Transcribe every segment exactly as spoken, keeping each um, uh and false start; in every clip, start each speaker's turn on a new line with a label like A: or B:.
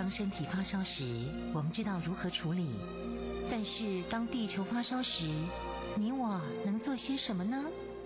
A: 当身体发烧时，我们知道如何处理，但是当地球发烧时，你我能做些什么呢？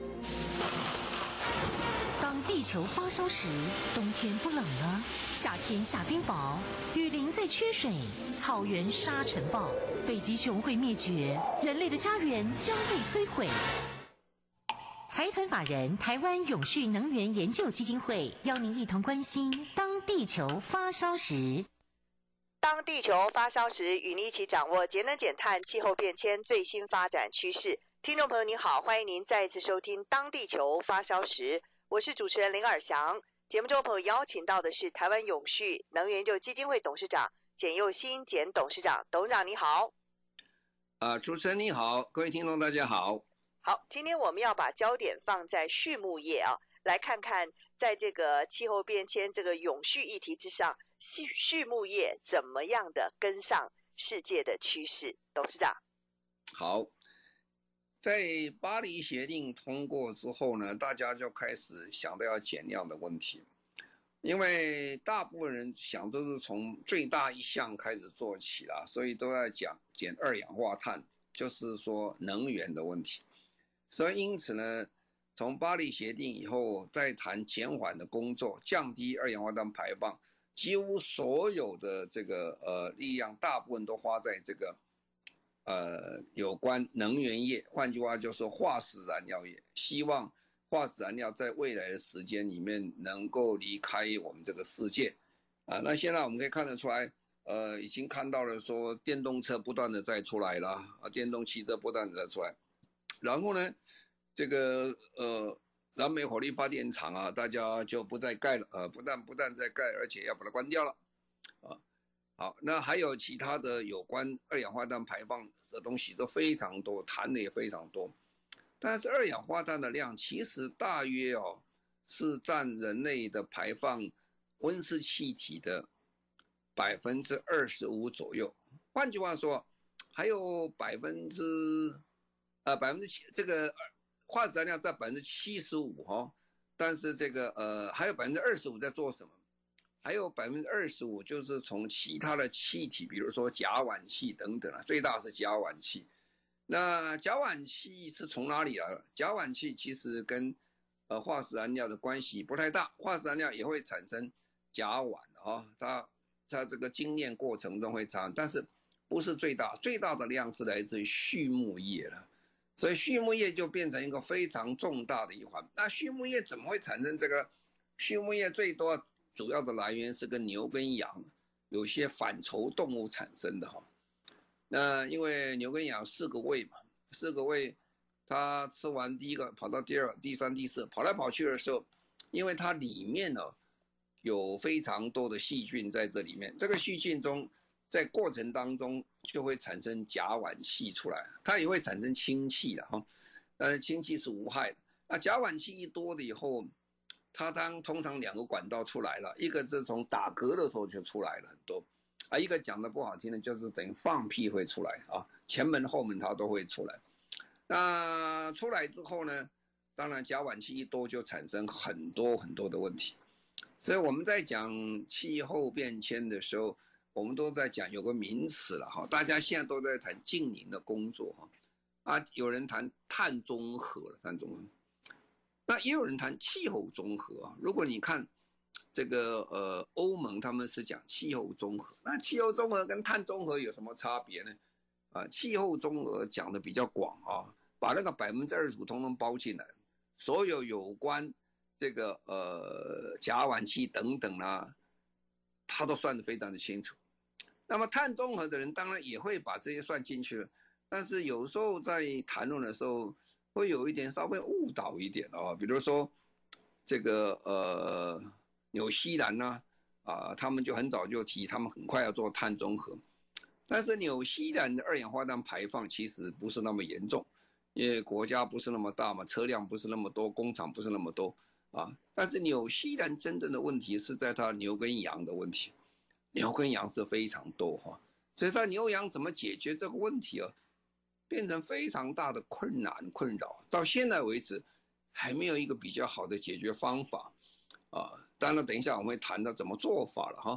A: 当地球发烧时，冬天不冷了，夏天下冰雹，雨林在缺水，草原沙尘暴，北极熊会灭绝，人类的家园将被摧毁。财团法人台湾永续能源研究基金会邀您一同关心当地球发烧时。
B: 当地球发烧时，与您一起掌握节能减碳、气候变迁最新发展趋势。听众朋友您好，欢迎您再一次收听《当地球发烧时》，我是主持人林尔翔。节目中朋友邀请到的是台湾永续能源研究基金会董事长简佑新简董事长，董事长你好。
C: 啊，主持人你好，各位听众大家好。
B: 好，今天我们要把焦点放在畜牧业啊，来看看在这个气候变迁这个永续议题之上，畜畜牧业怎么样的跟上世界的趋势。董事长，
C: 好，在巴黎协定通过之后呢，大家就开始想到要减量的问题，因为大部分人想都是从最大一项开始做起啦，所以都在讲减二氧化碳，就是说能源的问题。所以因此呢，从巴黎协定以后再谈减缓的工作，降低二氧化碳排放，几乎所有的这个呃力量大部分都花在这个呃有关能源业，换句话就是化石燃料业，希望化石燃料在未来的时间里面能够离开我们这个世界啊。那现在我们可以看得出来，呃，已经看到了说电动车不断的在出来了啊，电动汽车不断的在出来。然后呢，这个呃燃煤火力发电厂啊，大家就不再盖了，呃，不但不但在盖，而且要把它关掉了，啊，好，那还有其他的有关二氧化碳排放的东西都非常多，谈的也非常多，但是二氧化碳的量其实大约哦是占人类的排放温室气体的百分之二十五左右，换句话说，还有百分之呃，百分之七，这个化石燃料占百分之七十五哈，但是这个呃还有百分之二十五在做什么？还有百分之二十五就是从其他的气体，比如说甲烷气等等啊，最大是甲烷气。那甲烷气是从哪里来的？甲烷气其实跟呃化石燃料的关系不太大，化石燃料也会产生甲烷啊，它它这个精炼过程中会产生，但是不是最大，最大的量是来自于畜牧业了。所以畜牧业就变成一个非常重大的一环。那畜牧业怎么会产生这个？畜牧业最多主要的来源是跟牛跟羊有些反刍动物产生的哈。那因为牛跟羊四个胃嘛，四个胃，它吃完第一个跑到第二、第三、第四，跑来跑去的时候，因为它里面呢有非常多的细菌在这里面，这个细菌中在过程当中就会产生甲烷气出来，它也会产生氢气的哈，但是氢气是无害的。那甲烷气一多了以后，它当通常两个管道出来了，一个是从打嗝的时候就出来了很多，啊，一个讲的不好听的就是等于放屁会出来啊，前门后门它都会出来。那出来之后呢，当然甲烷气一多就产生很多很多的问题。所以我们在讲气候变迁的时候，我们都在讲有个名词了哈，大家现在都在谈净零的工作哈，啊，有人谈碳中和了，碳中和，那也有人谈气候综合啊。如果你看这个呃欧盟他们是讲气候综合，那气候综合跟碳中和有什么差别呢？啊，气候综合讲的比较广啊，把那个百分之二十五通通包进来，所有有关这个呃甲烷气等等啊，他都算得非常的清楚。那么碳中和的人当然也会把这些算进去了，但是有时候在谈论的时候会有一点稍微误导一点啊，比如说这个呃纽西兰呢啊，他们就很早就提他们很快要做碳中和，但是纽西兰的二氧化碳排放其实不是那么严重，因为国家不是那么大嘛，车辆不是那么多，工厂不是那么多啊。但是纽西兰真正的问题是在它牛跟羊的问题，牛跟羊是非常多哈，所以它牛羊怎么解决这个问题啊，变成非常大的困难困扰。到现在为止还没有一个比较好的解决方法啊。当然等一下我们会谈到怎么做法了哈。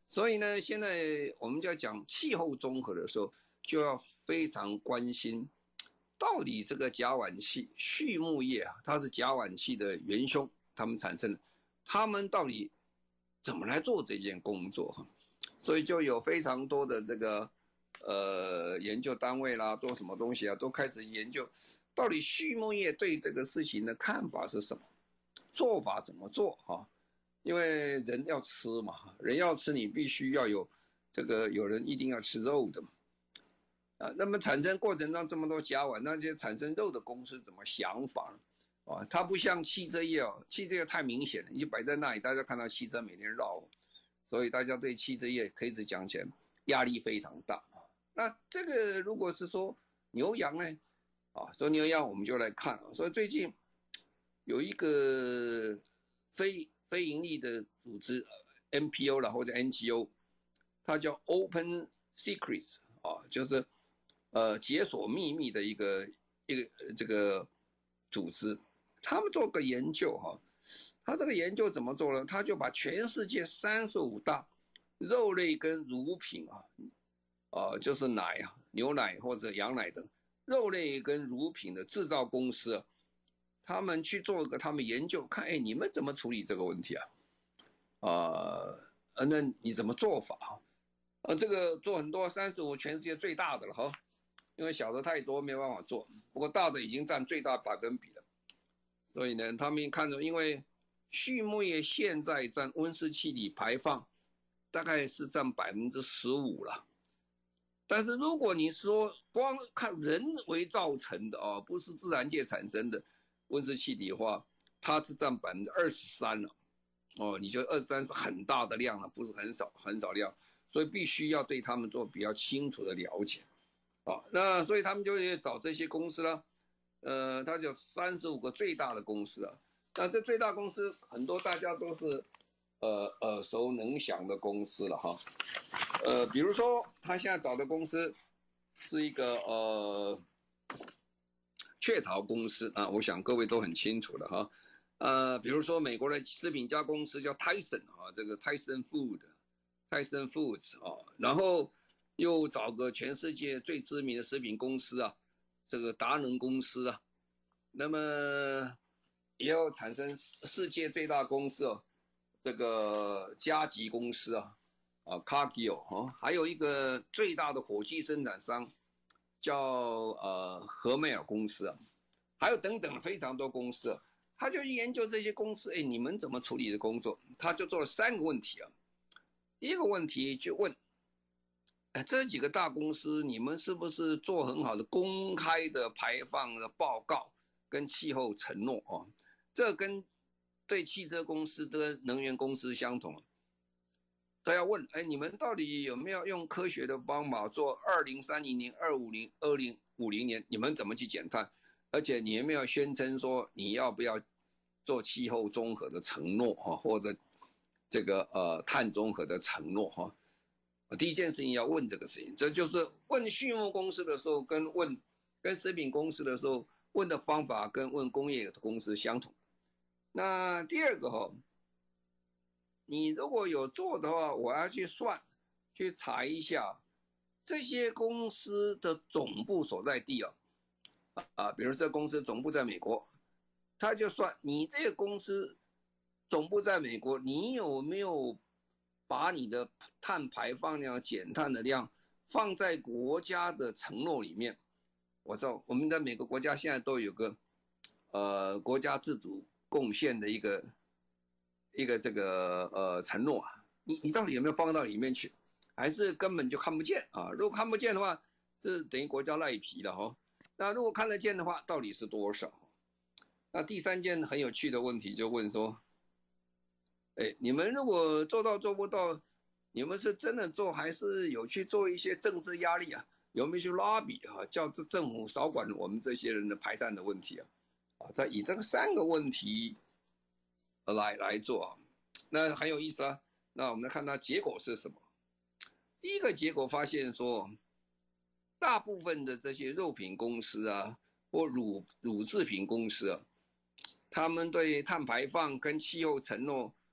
C: 所以呢，现在我们就要讲气候综合的时候，就要非常关心，到底这个甲烷气畜牧业啊，它是甲烷气的元凶，他们产生的，他们到底怎么来做这件工作哈？所以就有非常多的这个呃研究单位啦，做什么东西啊，都开始研究，到底畜牧业对这个事情的看法是什么，做法怎么做哈？因为人要吃嘛，人要吃，你必须要有这个有人一定要吃肉的嘛。啊，那么产生过程中这么多甲烷，那些产生肉的公司怎么想法呢？啊，它不像汽车业哦，汽车业太明显了，你摆在那里，大家看到汽车每天绕，所以大家对汽车业可以只讲起来压力非常大。那这个如果是说牛羊呢？啊，说牛羊我们就来看啊，所以最近有一个非非盈利的组织 N P O 啦或者 N G O， 它叫 Open Secrets 啊，就是呃解锁秘密的一个一个这个组织，他们做个研究哈，他这个研究怎么做呢？他就把全世界三十五大肉类跟乳品啊，呃就是奶啊、牛奶或者羊奶等肉类跟乳品的制造公司啊，他们去做个他们研究，看哎你们怎么处理这个问题啊？啊、呃，那你怎么做法啊？呃，这个做很多三十五全世界最大的了哈，因为小的太多没办法做，不过大的已经占最大百分比了。所以呢，他们看着，因为畜牧业现在占温室气体排放大概是占百分之十五了。但是如果你说光看人为造成的啊，不是自然界产生的温室气体的话，它是占百分之二十三了。哦，你觉得二十三是很大的量了，不是很少很少量，所以必须要对他们做比较清楚的了解。啊，那所以他们就会找这些公司了。呃，它有三十五个最大的公司啊，那这最大公司很多大家都是呃耳熟能详的公司了哈。呃，比如说他现在找的公司是一个呃雀巢公司啊，我想各位都很清楚的哈。呃，比如说美国的食品加工公司叫 Tyson 啊，这个 Tyson Food，Tyson Foods 啊，然后又找个全世界最知名的食品公司啊，这个达能公司啊，那么也要产生世界最大公司哦，这个嘉吉公司啊，啊 Cargill 啊，还有一个最大的火器生产商叫呃和美尔公司啊，还有等等非常多公司啊。他就研究这些公司，哎，你们怎么处理的工作？他就做了三个问题啊。第一个问题就问，哎，这几个大公司，你们是不是做很好的公开的排放的报告跟气候承诺啊？这跟对汽车公司跟能源公司相同。他要问，哎，你们到底有没有用科学的方法做二零三零年、二五零、二零五零年，你们怎么去减碳？而且你有没有宣称说你要不要做气候综合的承诺哈，或者这个呃碳综合的承诺哈？第一件事情要问这个事情，这就是问畜牧公司的时候跟问跟食品公司的时候问的方法跟问工业公司相同。那第二个哈，你如果有做的话，我要去算去查一下这些公司的总部所在地啊。啊，比如这个公司总部在美国，他就算你这个公司总部在美国，你有没有把你的碳排放量、减碳的量放在国家的承诺里面？我说我们的每个国家现在都有个呃国家自主贡献的一个一个这个呃承诺啊，你你到底有没有放到里面去？还是根本就看不见啊？如果看不见的话，是等于国家赖皮了哈。那如果看得见的话，到底是多少？那第三件很有趣的问题就问说，哎，你们如果做到做不到，你们是真的做，还是有去做一些政治压力啊？有没有去拉比啊？叫这政府少管我们这些人的排碳的问题啊？啊，再以这个三个问题来来做啊，那很有意思啦。那我们来看它结果是什么？第一个结果发现说，大部分的这些肉品公司啊，或乳乳制品公司啊，他们对碳排放跟气候承诺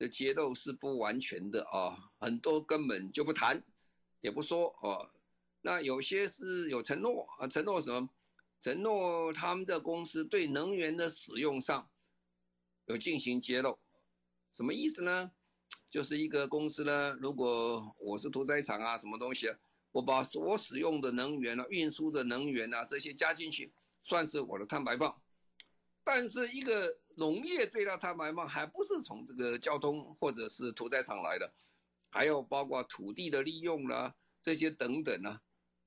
C: 的揭露是不完全的啊，很多根本就不谈，也不说啊。那有些是有承诺啊，承诺什么？承诺他们的公司对能源的使用上有进行揭露，什么意思呢？就是一个公司呢，如果我是屠宰场啊，什么东西啊，我把我使用的能源啊、运输的能源啊这些加进去，算是我的碳排放。但是一个农业最大碳排放还不是从这个交通或者是屠宰场来的，还有包括土地的利用啦、啊、这些等等啊，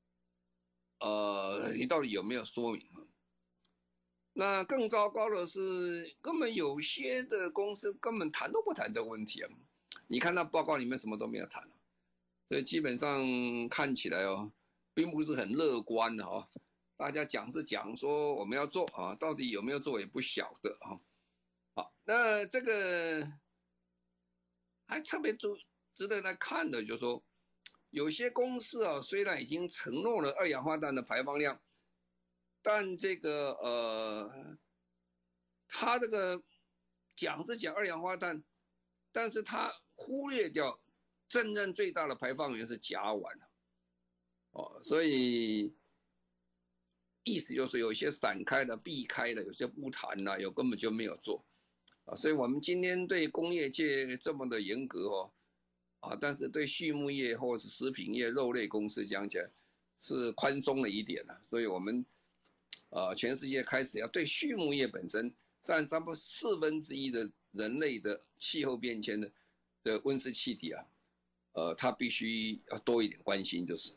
C: 呃，你到底有没有说明？那更糟糕的是，根本有些的公司根本谈都不谈这个问题啊！你看那报告里面什么都没有谈，所以基本上看起来哦，并不是很乐观的哦。大家讲是讲说我们要做啊，到底有没有做也不晓得啊。好，那这个还特别值值得来看的，就是说有些公司啊，虽然已经承诺了二氧化碳的排放量，但这个呃，他这个讲是讲二氧化碳，但是他忽略掉真正最大的排放源是甲烷哦，所以意思就是有些散开的、避开的，有些不谈了，有根本就没有做啊。所以我们今天对工业界这么的严格哦，啊，但是对畜牧业或是食品业、肉类公司讲起来是宽松了一点了。所以我们呃，全世界开始要对畜牧业本身占差不多四分之一的人类的气候变迁的的温室气体啊，呃，它必须要多一点关心，就是。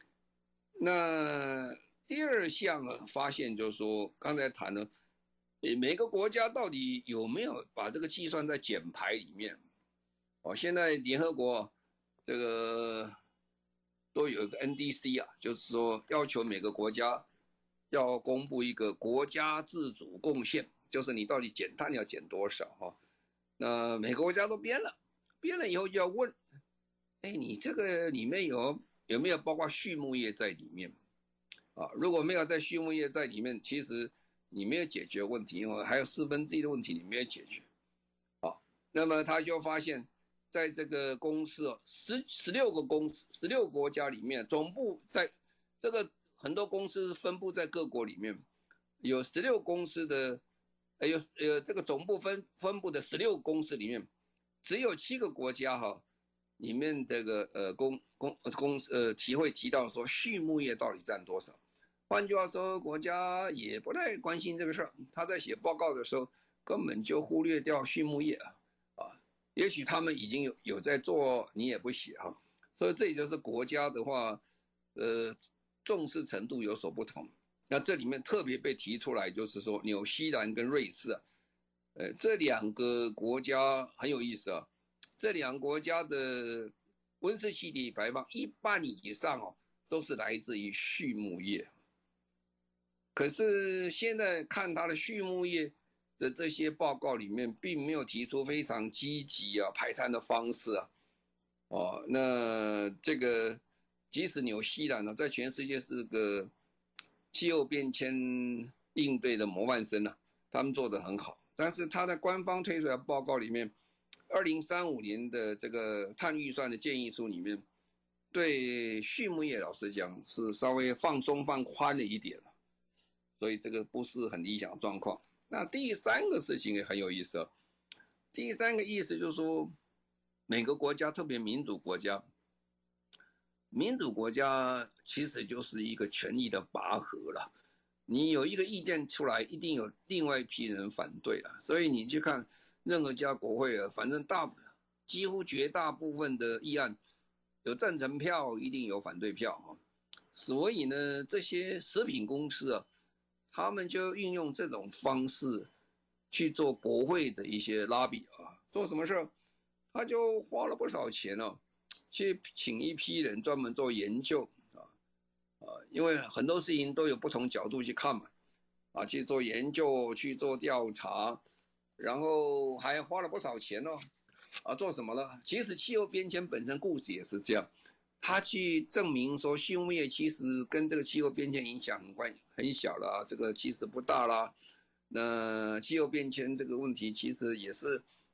C: 那第二项啊，发现就是说，刚才谈了，每个国家到底有没有把这个计算在减排里面？哦，现在联合国这个都有一个 N D C 啊，就是说要求每个国家要公布一个国家自主贡献，就是你到底减碳要减多少哈？那每个国家都编了，编了以后就要问，哎，你这个里面有有没有包括畜牧业在里面？啊，如果没有在畜牧业在里面，其实你没有解决问题，因为还有四分之一的问题你没有解决。好，那么他就发现，在这个公司哦，十十六个公司，十六个国家里面，总部在这个很多公司分布在各国里面，有十六公司的，呃，有呃这个总部分分布的十六公司里面，只有七个国家哈，里面这个呃公公公呃提会提到说畜牧业到底占多少。换句话说，国家也不太关心这个事儿。他在写报告的时候，根本就忽略掉畜牧业啊，啊，也许他们已经有有在做，你也不写啊。所以这也就是国家的话，呃，重视程度有所不同。那这里面特别被提出来，就是说纽西兰跟瑞士啊，呃，这两个国家很有意思啊。这两个国家的温室气体排放一半以上哦，都是来自于畜牧业。可是现在看他的畜牧业的这些报告里面，并没有提出非常积极啊排碳的方式啊，哦，那这个即使纽西兰呢，在全世界是个气候变迁应对的模范生啊，他们做得很好，但是他在官方推出来的报告里面，二零三五年的这个碳预算的建议书里面，对畜牧业老实讲是稍微放松放宽了一点。所以这个不是很理想的状况。那第三个事情也很有意思哦。第三个意思就是说，每个国家，特别民主国家，民主国家其实就是一个权力的拔河了。你有一个意见出来，一定有另外一批人反对了。所以你去看任何家国会啊，反正大几乎绝大部分的议案有赞成票，一定有反对票啊。所以呢，这些食品公司啊，他们就运用这种方式去做国会的一些拉比啊，做什么事？他就花了不少钱哦，去请一批人专门做研究啊啊，因为很多事情都有不同角度去看嘛，啊，去做研究，去做调查，然后还花了不少钱哦，啊，做什么呢？其实气候变迁本身故事也是这样。他去证明说，畜牧业其实跟这个气候变迁影响很关很小了啊，这个其实不大啦。那气候变迁这个问题其实也是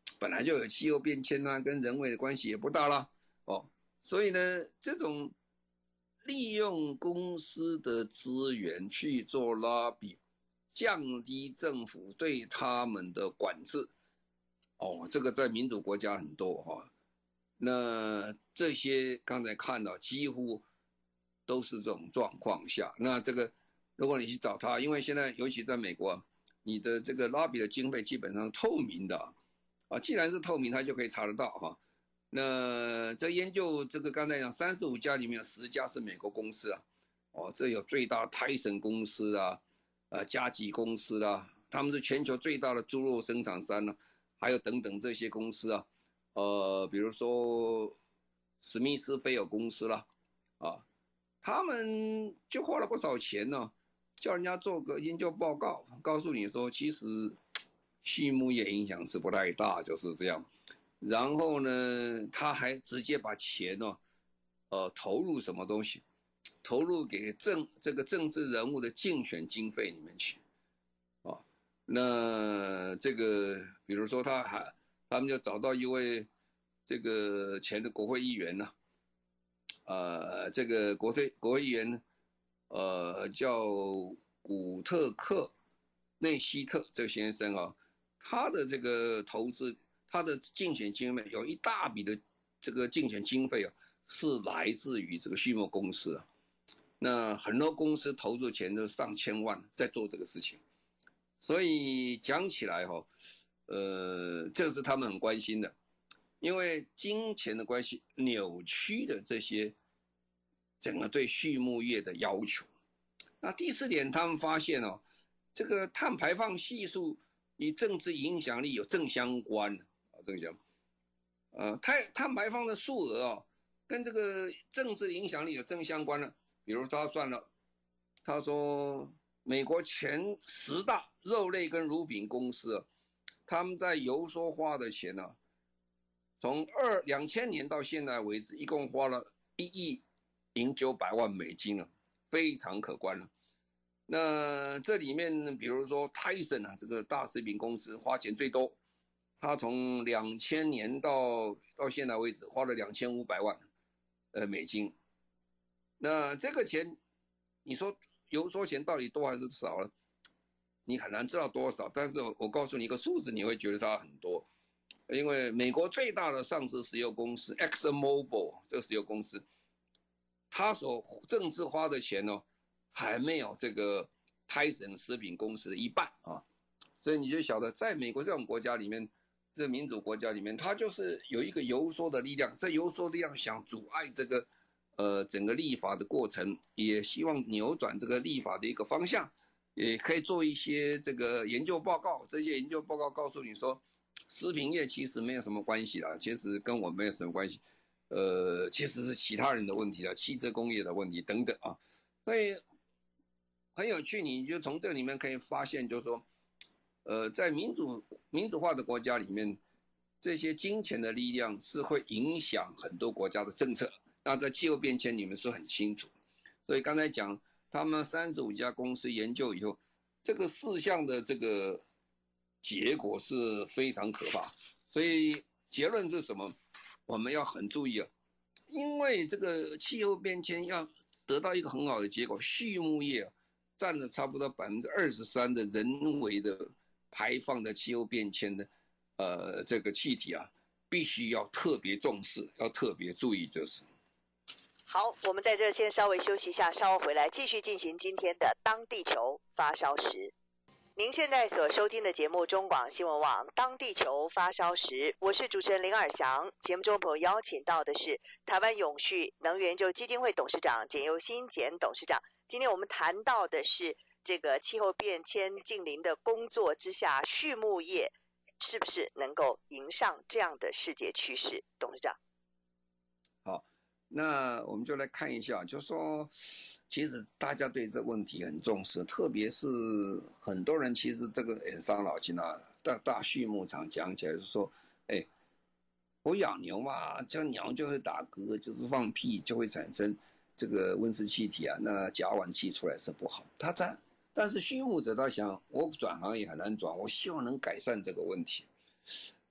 C: 本来就有气候变迁啊，跟人为的关系也不大啦，哦，所以呢，这种利用公司的资源去做lobby，降低政府对他们的管制，哦，这个在民主国家很多哈、哦。那这些刚才看到几乎都是这种状况下，那这个如果你去找他，因为现在尤其在美国，你的这个 lobby 的经费基本上透明的啊，既然是透明，他就可以查得到哈。那这研究这个刚才讲三十五家里面有十家是美国公司啊，哦，这有最大泰森公司啊，呃，嘉吉公司啊，他们是全球最大的猪肉生产商呢、啊，还有等等这些公司啊。呃，比如说史密斯菲尔公司啦，啊，他们就花了不少钱呢，叫人家做个研究报告，告诉你说，其实畜牧业影响是不太大，就是这样。然后呢，他还直接把钱呢、哦，呃，投入什么东西？投入给政这个政治人物的竞选经费里面去，啊，那这个比如说他还。他们就找到一位这个前的国会议员呢、啊，呃，这个国会国会议员，呃，叫古特克内希特这个先生啊，他的这个投资，他的竞选经费有一大笔的这个竞选经费啊，是来自于这个畜牧公司啊。那很多公司投入钱都上千万在做这个事情，所以讲起来哈、哦。呃，这是他们很关心的，因为金钱的关系扭曲的这些整个对畜牧业的要求。那第四点，他们发现哦，这个碳排放系数与政治影响力有正相关啊，正相，呃，碳碳排放的数额哦，跟这个政治影响力有正相关的。比如他算了，他说美国前十大肉类跟乳品公司啊。他们在油所花的钱呢、啊，从二两千年到现在为止，一共花了一亿零九百万美金了，非常可观了。那这里面，比如说泰森啊，这个大食品公司花钱最多，他从两千年到到现在为止花了两千五百万呃美金。那这个钱，你说油所钱到底多还是少了？你很难知道多少，但是我告诉你一个数字，你会觉得它很多。因为美国最大的上市石油公司 ExxonMobil 这个石油公司，它所正式花的钱呢，还没有这个泰森食品公司的一半啊。所以你就晓得，在美国这种国家里面，这民主国家里面，它就是有一个游说的力量，这游说力量想阻碍这个呃整个立法的过程，也希望扭转这个立法的一个方向。也可以做一些这个研究报告，这些研究报告告诉你说，食品业其实没有什么关系啦，其实跟我没有什么关系，呃，其实是其他人的问题啦，汽车工业的问题等等啊，所以很有趣，你就从这里面可以发现，就是说，呃，在民主民主化的国家里面，这些金钱的力量是会影响很多国家的政策，那在气候变迁里面是很清楚，所以刚才讲。他们三十五家公司研究以后，这个四项的这个结果是非常可怕。所以结论是什么？我们要很注意啊，因为这个气候变迁要得到一个很好的结果，畜牧业占了差不多百分之二十三的人为的排放的气候变迁的呃这个气体啊，必须要特别重视，要特别注意，就是。
B: 好，我们在这先稍微休息一下，稍后回来继续进行今天的当地球发烧时。您现在所收听的节目中广新闻网当地球发烧时，我是主持人林尔翔。节目中朋友邀请到的是台湾永续能源就基金会董事长简佑新简董事长。今天我们谈到的是这个气候变迁近邻的工作之下，畜牧业是不是能够迎上这样的世界趋势？董事长。
C: 好。那我们就来看一下，就说其实大家对这个问题很重视，特别是很多人其实这个很伤脑筋啊。大大畜牧场讲起来就是说，哎，我养牛嘛，这鸟就会打嗝，就是放屁，就会产生这个温室气体啊，那甲烷气出来是不好。他在，但是畜牧者他想，我转行也很难转，我希望能改善这个问题。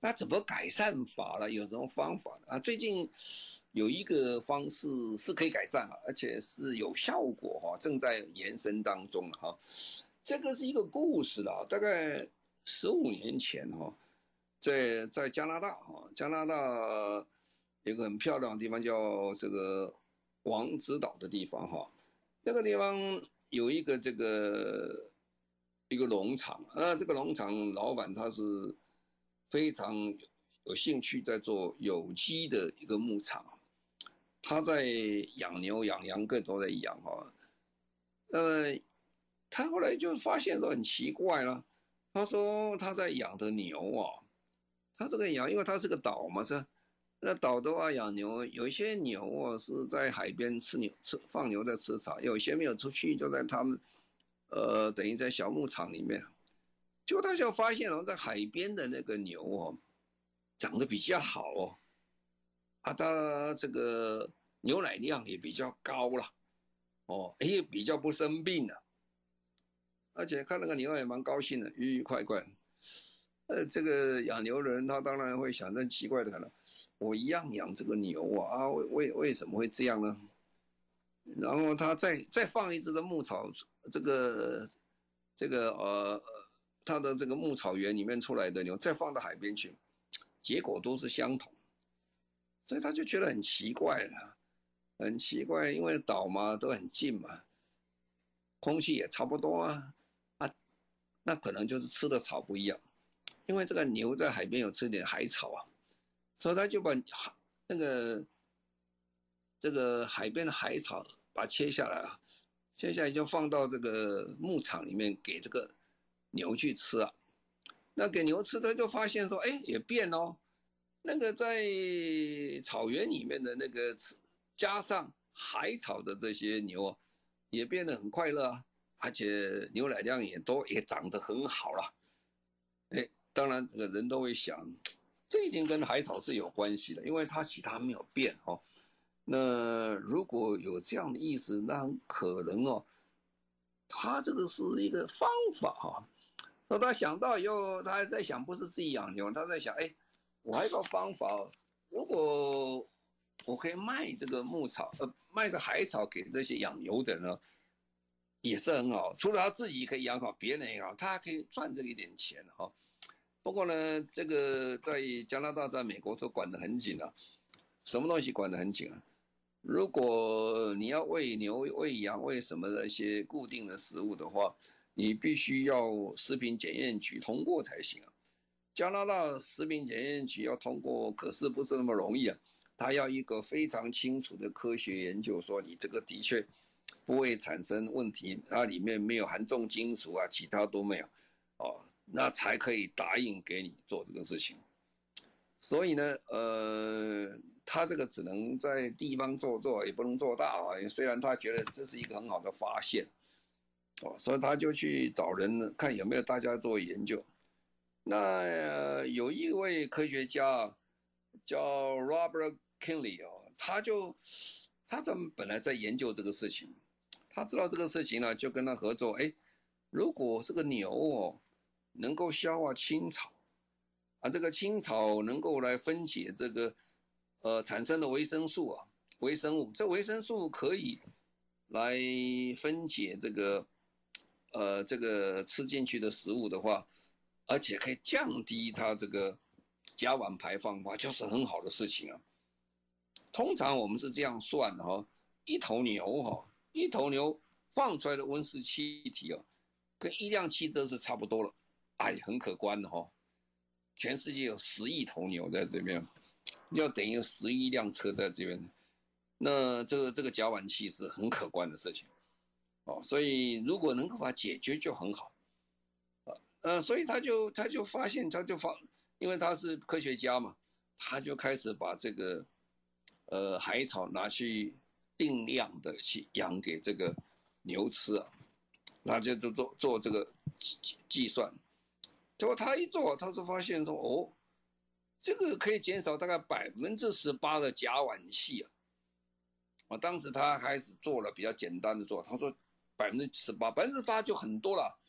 C: 那怎么改善法了？有什么方法啊？最近有一个方式是可以改善了，而且是有效果哈，正在延伸当中哈。这个是一个故事啦，大概十五年前哈，在在加拿大哈，加拿大有个很漂亮的地方叫这个王子岛的地方哈，那个地方有一个这个一个农场，那这个农场老板他是非常有兴趣在做有机的一个牧场，他在养牛养羊各都在养哈，那么他后来就发现说很奇怪了，他说他在养的牛啊，他这个养，因为他是个岛嘛是。那岛的话养牛，有一些牛哦是在海边吃牛吃放牛在吃草，有些没有出去就在他们，呃，等于在小牧场里面。结果他就发现哦，在海边的那个牛哦，长得比较好哦，啊，它这个牛奶量也比较高了，哦，也比较不生病了，而且看那个牛也蛮高兴的，愉愉快快。呃，这个养牛的人他当然会想很奇怪的可能，我一样养这个牛啊，啊为为为什么会这样呢？然后他再再放一只的牧草，这个这个呃，他的这个牧草园里面出来的牛，再放到海边去，结果都是相同，所以他就觉得很奇怪了，很奇怪，因为岛嘛都很近嘛，空气也差不多啊，啊，那可能就是吃的草不一样。因为这个牛在海边有吃点海草啊，所以他就把那个这个海边的海草把它切下来啊，切下来就放到这个牧场里面给这个牛去吃啊。那给牛吃，他就发现说，哎，也变哦。那个在草原里面的那个加上海草的这些牛，也变得很快乐啊，而且牛奶量也多，也长得很好了。哎。当然，这个人都会想，这一定跟海草是有关系的，因为它其他没有变哦。那如果有这样的意思，那可能哦，他这个是一个方法哈。那他想到以后，他还在想，不是自己养牛，他在想，哎，我还有个方法，如果我可以卖这个牧草，呃，卖个海草给这些养牛的人呢，也是很好。除了他自己可以养好，别人也好，他还可以赚这一点钱哈。不过呢，这个在加拿大、在美国都管得很紧啊，什么东西管得很紧啊？如果你要喂牛、喂羊、喂什么的一些固定的食物的话，你必须要食品检验局通过才行啊。加拿大食品检验局要通过，可是不是那么容易啊。它要一个非常清楚的科学研究，说你这个的确不会产生问题，它里面没有含重金属啊，其他都没有，哦。那才可以答应给你做这个事情，所以呢，呃，他这个只能在地方做做，也不能做大啊。虽然他觉得这是一个很好的发现，哦，所以他就去找人看有没有大家做研究。那、呃、有一位科学家叫 Robert Kinley 哦，他就他怎么本来在研究这个事情，他知道这个事情呢，就跟他合作。哎，如果这个牛哦。能够消化青草，啊，这个青草能够来分解这个，呃，产生的维生素啊，微生物，这维生素可以来分解这个，呃，这个吃进去的食物的话，而且可以降低它这个甲烷排放的话，就是很好的事情啊。通常我们是这样算的哈，一头牛哈，一头牛放出来的温室气体啊，跟一辆汽车是差不多了。哎，很可观的哈、哦，全世界有十亿头牛在这边，要等于有十亿辆车在这边，那这个这个甲烷气是很可观的事情，哦，所以如果能够把它解决就很好，啊，呃，所以他就他就发现他就发，因为他是科学家嘛，他就开始把这个呃海草拿去定量的去养给这个牛吃啊，他就做做做这个计计算。结果他一做，他就发现说，哦，这个可以减少大概百分之十八的甲烷气啊！啊，当时他开始做了比较简单的做，他说百分之十八，百分之八就很多了。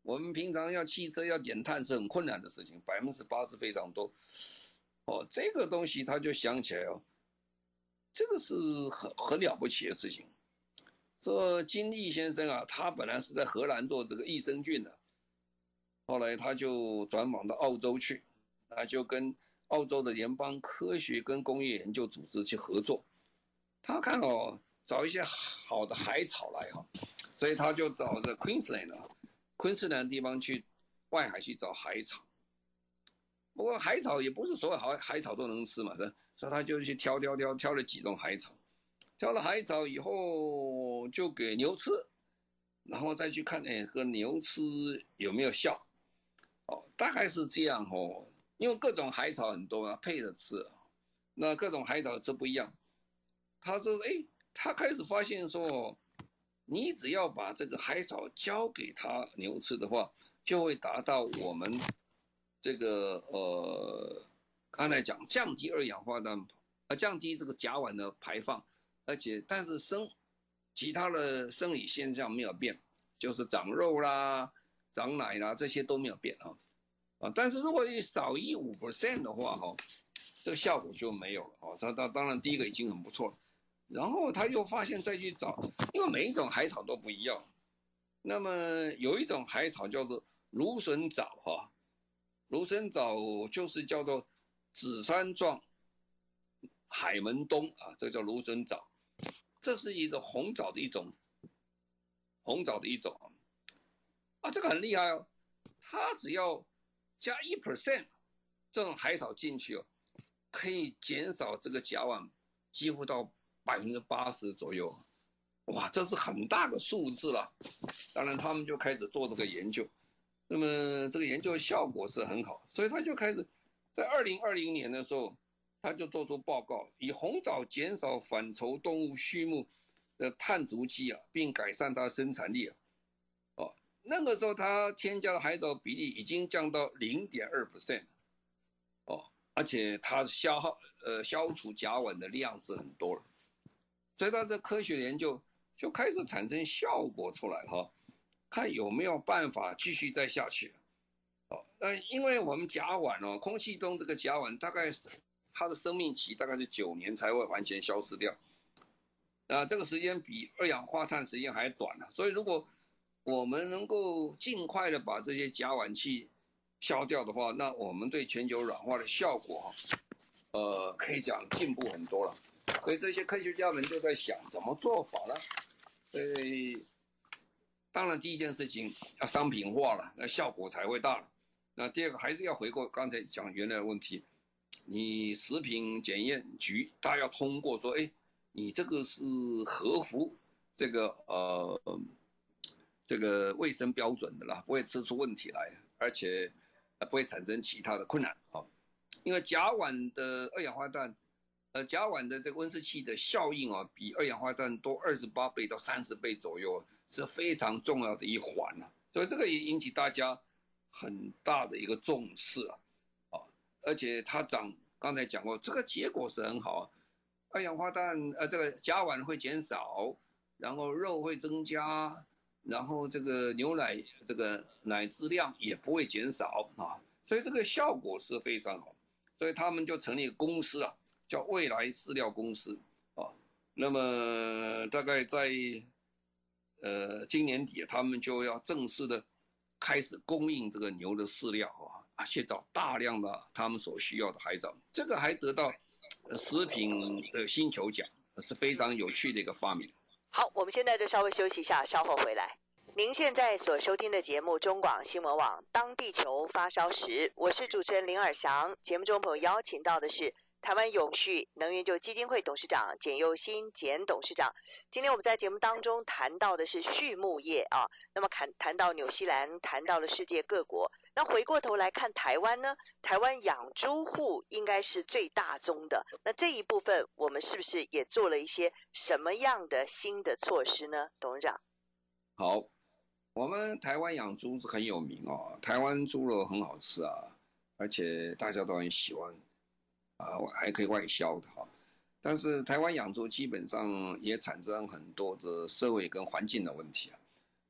C: 我们平常要汽车要减碳是很困难的事情，百分之八十非常多。哦，这个东西他就想起来哦，这个是很很了不起的事情。这金立先生啊，他本来是在荷兰做这个益生菌的，后来他就转往到澳洲去，他就跟澳洲的联邦科学跟工业研究组织去合作。他看哦，找一些好的海草来哈、哦，所以他就找这 Queensland 啊，昆士兰的地方去外海去找海草。不过海草也不是所有海海草都能吃嘛，是，所以他就去挑挑挑挑了几种海草，挑了海草以后就给牛吃，然后再去看，哎，和牛吃有没有效，哦，大概是这样哦。因为各种海草很多啊，配着吃，那各种海草吃不一样。他说，哎，他开始发现说，你只要把这个海草交给他牛吃的话，就会达到我们。这个呃，刚才讲降低二氧化碳，呃，降低这个甲烷的排放，而且但是生其他的生理现象没有变，就是长肉啦、长奶啦这些都没有变啊啊，但是如果你少于五 percent 的话哈、哦，这个效果就没有了哦。他当当然第一个已经很不错了，然后他又发现再去找，因为每一种海草都不一样，那么有一种海草叫做芦笋藻哈、哦。芦笋藻就是叫做紫杉状海门冬啊，这叫芦笋藻，这是一种红藻的一种，红藻的一种啊，这个很厉害哦，它只要加一 percent 这种海草进去哦，可以减少这个甲烷几乎到百分之八十左右，哇，这是很大的数字了。当然，他们就开始做这个研究。那么这个研究效果是很好，所以他就开始在二零二零年的时候，他就做出报告，以红藻减少反刍动物畜牧的碳足迹啊，并改善它生产力啊。哦，那个时候他添加的海藻比例已经降到 零点二 percent， 哦，而且它消耗呃消除甲烷的量是很多了，所以他的科学研究就开始产生效果出来哈。看有没有办法继续再下去，哦，那因为我们甲烷哦，空气中这个甲烷大概是它的生命期大概是九年才会完全消失掉，啊，这个时间比二氧化碳时间还短呢、啊，所以如果我们能够尽快的把这些甲烷气消掉的话，那我们对全球暖化的效果，呃，可以讲进步很多了。所以这些科学家们就在想怎么做法呢？所以。当然，第一件事情要商品化了，那效果才会大了。那第二个还是要回过刚才讲原来的问题，你食品检验局他要通过说，哎，你这个是合乎这个呃这个卫生标准的啦，不会吃出问题来，而且不会产生其他的困难啊。因为甲烷的二氧化碳，呃，甲烷的这个温室气的效应啊，比二氧化碳多二十八倍到三十倍左右。是非常重要的一环啊，所以这个也引起大家很大的一个重视啊，啊，而且它长刚才讲过，这个结果是很好啊，二氧化碳呃这个甲烷会减少，然后肉会增加，然后这个牛奶这个奶质量也不会减少啊，所以这个效果是非常好，所以他们就成立公司啊，叫未来饲料公司啊，那么大概在。呃，今年底他们就要正式的开始供应这个牛的饲料啊，去找大量的他们所需要的海藻，这个还得到食品的星球奖，是非常有趣的一个发明。
B: 好，我们现在就稍微休息一下，稍后回来。您现在所收听的节目中广新闻网《当地球发烧时》，我是主持人林尔翔。节目中朋友邀请到的是台湾永续能源就基金会董事长简佑新简董事长。今天我们在节目当中谈到的是畜牧业啊，那么谈谈到纽西兰，谈到了世界各国。那回过头来看台湾呢，台湾养猪户应该是最大宗的。那这一部分我们是不是也做了一些什么样的新的措施呢？董事长。
C: 好，我们台湾养猪是很有名哦，台湾猪肉很好吃啊，而且大家都很喜欢。啊，还可以外销的哈，但是台湾养猪基本上也产生很多的社会跟环境的问题啊。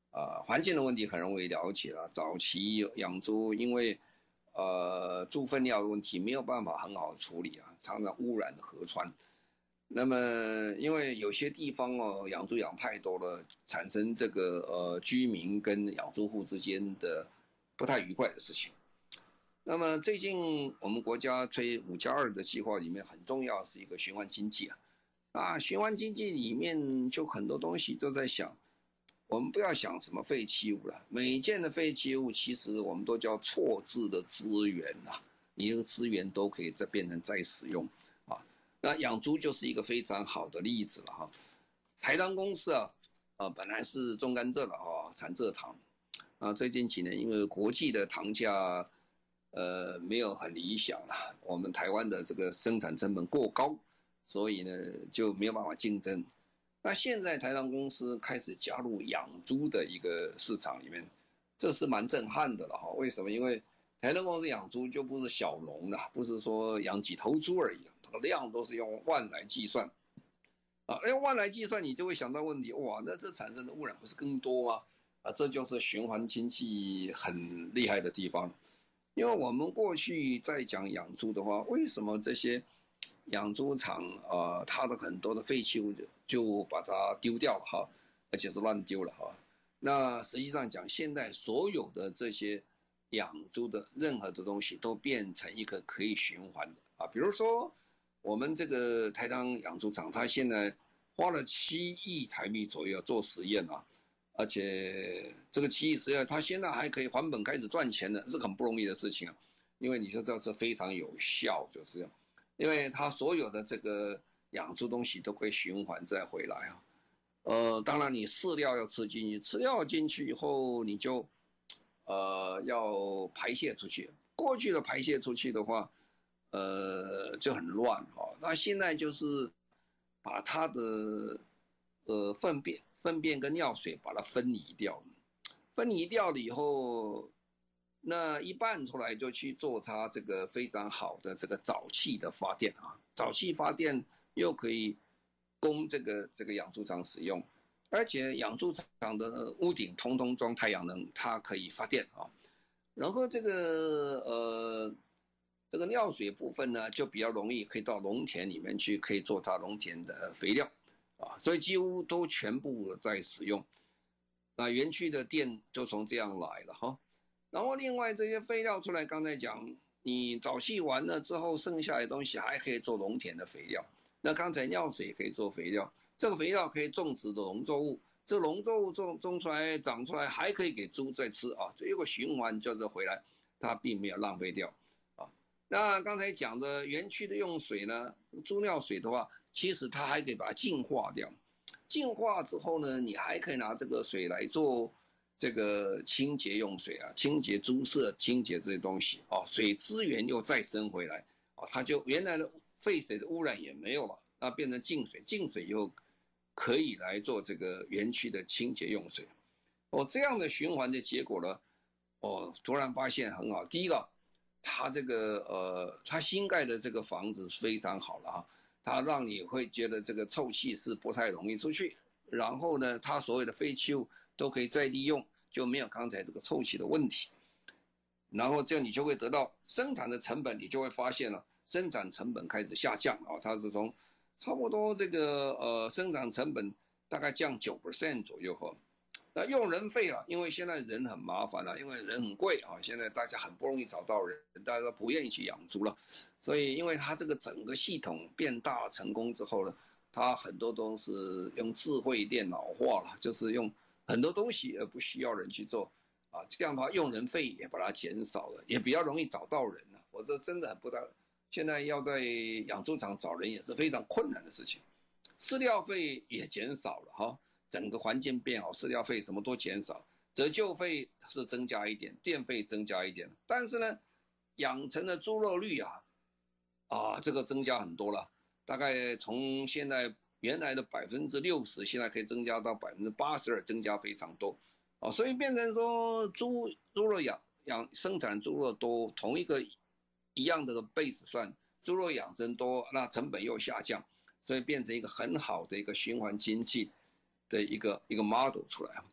C: 呃环境的问题很容易了解了。早期养猪因为呃猪粪尿的问题没有办法很好处理啊，常常污染河川。那么因为有些地方哦养猪养太多了，产生这个呃居民跟养猪户之间的不太愉快的事情。那么最近我们国家推五加二的计划里面很重要是一个循环经济啊，啊循环经济里面就很多东西都在想，我们不要想什么废弃物了，每一件的废弃物其实我们都叫错置的资源啊，你这个资源都可以再变成再使用啊。那养猪就是一个非常好的例子了哈。台糖公司啊，呃本来是种甘蔗的哈，产蔗糖啊，最近几年因为国际的糖价呃没有很理想了，我们台湾的这个生产成本过高，所以呢就没有办法竞争。那现在台糖公司开始加入养猪的一个市场里面，这是蛮震撼的了哈。为什么？因为台糖公司养猪就不是小农的，不是说养几头猪而已，这个量都是用万来计算啊。用万来计算，你就会想到问题，哇，那这产生的污染不是更多吗？啊，这就是循环经济很厉害的地方。因为我们过去在讲养猪的话，为什么这些养猪场啊、呃，它的很多的废弃物就就把它丢掉了哈，而且是乱丢了哈。那实际上讲，现在所有的这些养猪的任何的东西都变成一个可以循环的啊，比如说我们这个台糖养猪场，它现在花了七亿台币左右做实验啊。而且这个七亿实验，它现在还可以还本开始赚钱的，是很不容易的事情啊。因为你说这是非常有效，就是因为它所有的这个养猪东西都可以循环再回来啊。呃，当然你饲料要吃进去，饲料进去以后你就呃要排泄出去。过去的排泄出去的话，呃就很乱哈、哦。那现在就是把它的呃粪便。粪便跟尿水把它分离掉，分离掉了以后，那一半出来就去做它这个非常好的这个沼气的发电啊，沼气发电又可以供这个这个养猪场使用，而且养猪场的屋顶通通装太阳能，它可以发电啊。然后这个呃这个尿水部分呢，就比较容易可以到农田里面去，可以做它农田的肥料。啊，所以几乎都全部在使用，那园区的电就从这样来了哈。然后另外这些废料出来，刚才讲你沼气完了之后，剩下的东西还可以做农田的肥料。那刚才尿水可以做肥料，这个肥料可以种植的农作物，这个农作物种种出来长出来还可以给猪再吃啊，这有个循环就是回来，它并没有浪费掉啊。那刚才讲的园区的用水呢，猪尿水的话。其实它还可以把它净化掉，净化之后呢，你还可以拿这个水来做这个清洁用水啊，清洁猪舍、清洁这些东西啊，水资源又再生回来啊，它就原来的废水的污染也没有了，那变成净水，净水以后可以来做这个园区的清洁用水。哦，这样的循环的结果呢，哦，突然发现很好。第一个，它这个呃，它新盖的这个房子非常好了哈。它让你会觉得这个臭气是不太容易出去，然后呢，它所有的废弃物都可以再利用，就没有刚才这个臭气的问题。然后这样你就会得到生产的成本，你就会发现了生产成本开始下降啊，它是从差不多这个呃生产成本大概降 百分之九 左右哈。那用人费啊，因为现在人很麻烦了、啊，因为人很贵啊，现在大家很不容易找到人，大家都不愿意去养猪了，所以因为它这个整个系统变大成功之后呢，它很多都是用智慧电脑化了，就是用很多东西而不需要人去做啊，这样的话用人费也把它减少了，也比较容易找到人了、啊，否则真的很不大，现在要在养猪场找人也是非常困难的事情，饲料费也减少了哈。整个环境变好，饲料费什么都减少，折旧费是增加一点，电费增加一点，但是呢，养成的猪肉率啊，啊这个增加很多了，大概从现在原来的百分之六十，现在可以增加到百分之八十二，增加非常多，啊，所以变成说猪猪肉养养生产猪肉多，同一个一样的 base 算，猪肉养增多，那成本又下降，所以变成一个很好的一个循环经济的一个一个 model 出来，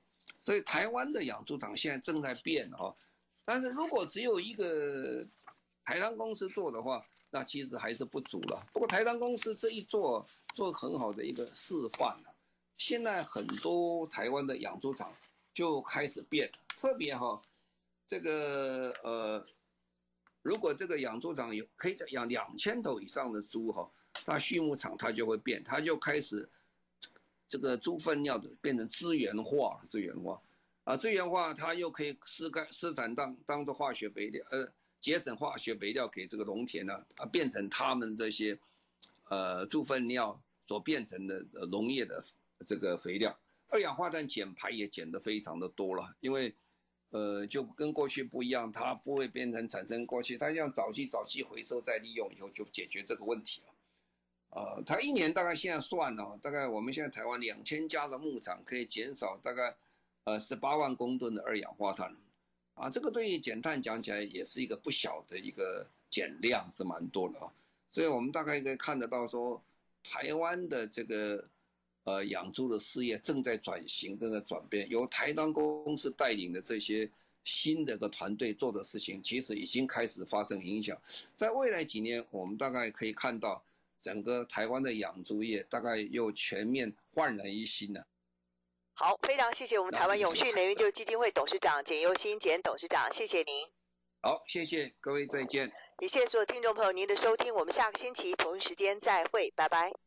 C: 所以台湾的养猪场现在正在变哦。但是如果只有一个台糖公司做的话，那其实还是不足了。不过台糖公司这一做，做很好的一个示范了。现在很多台湾的养猪场就开始变，特别哈、哦，这个呃，如果这个养猪场有可以养两千头以上的猪哈、哦，它畜牧场它就会变，它就开始这个猪粪尿的变成资源化，资源化啊，资源化它又可以施干施展当当做化学肥料，呃，节省化学肥料给这个农田呢、啊，啊，变成他们这些呃猪粪尿所变成的农业的这个肥料。二氧化碳减排也减得非常的多了，因为呃就跟过去不一样，它不会变成产生过去，它要早期早期回收再利用以后就解决这个问题了。呃，它一年大概现在算哦，大概我们现在台湾两千家的牧场可以减少大概呃十八万公吨的二氧化碳，啊，这个对于减碳讲起来也是一个不小的一个减量，是蛮多的啊。所以我们大概可以看得到说，台湾的这个呃养猪的事业正在转型，正在转变，由台糖公司带领的这些新的一个团队做的事情，其实已经开始发生影响。在未来几年，我们大概可以看到。整个台湾的养猪业大概又全面焕然一新了。
B: 好，非常谢谢我们台湾永续能源基金会董事长简又新简董事长，谢谢您。
C: 好，谢谢各位，再见。
B: 也谢谢所有听众朋友您的收听，我们下个星期同一时间再会，拜拜。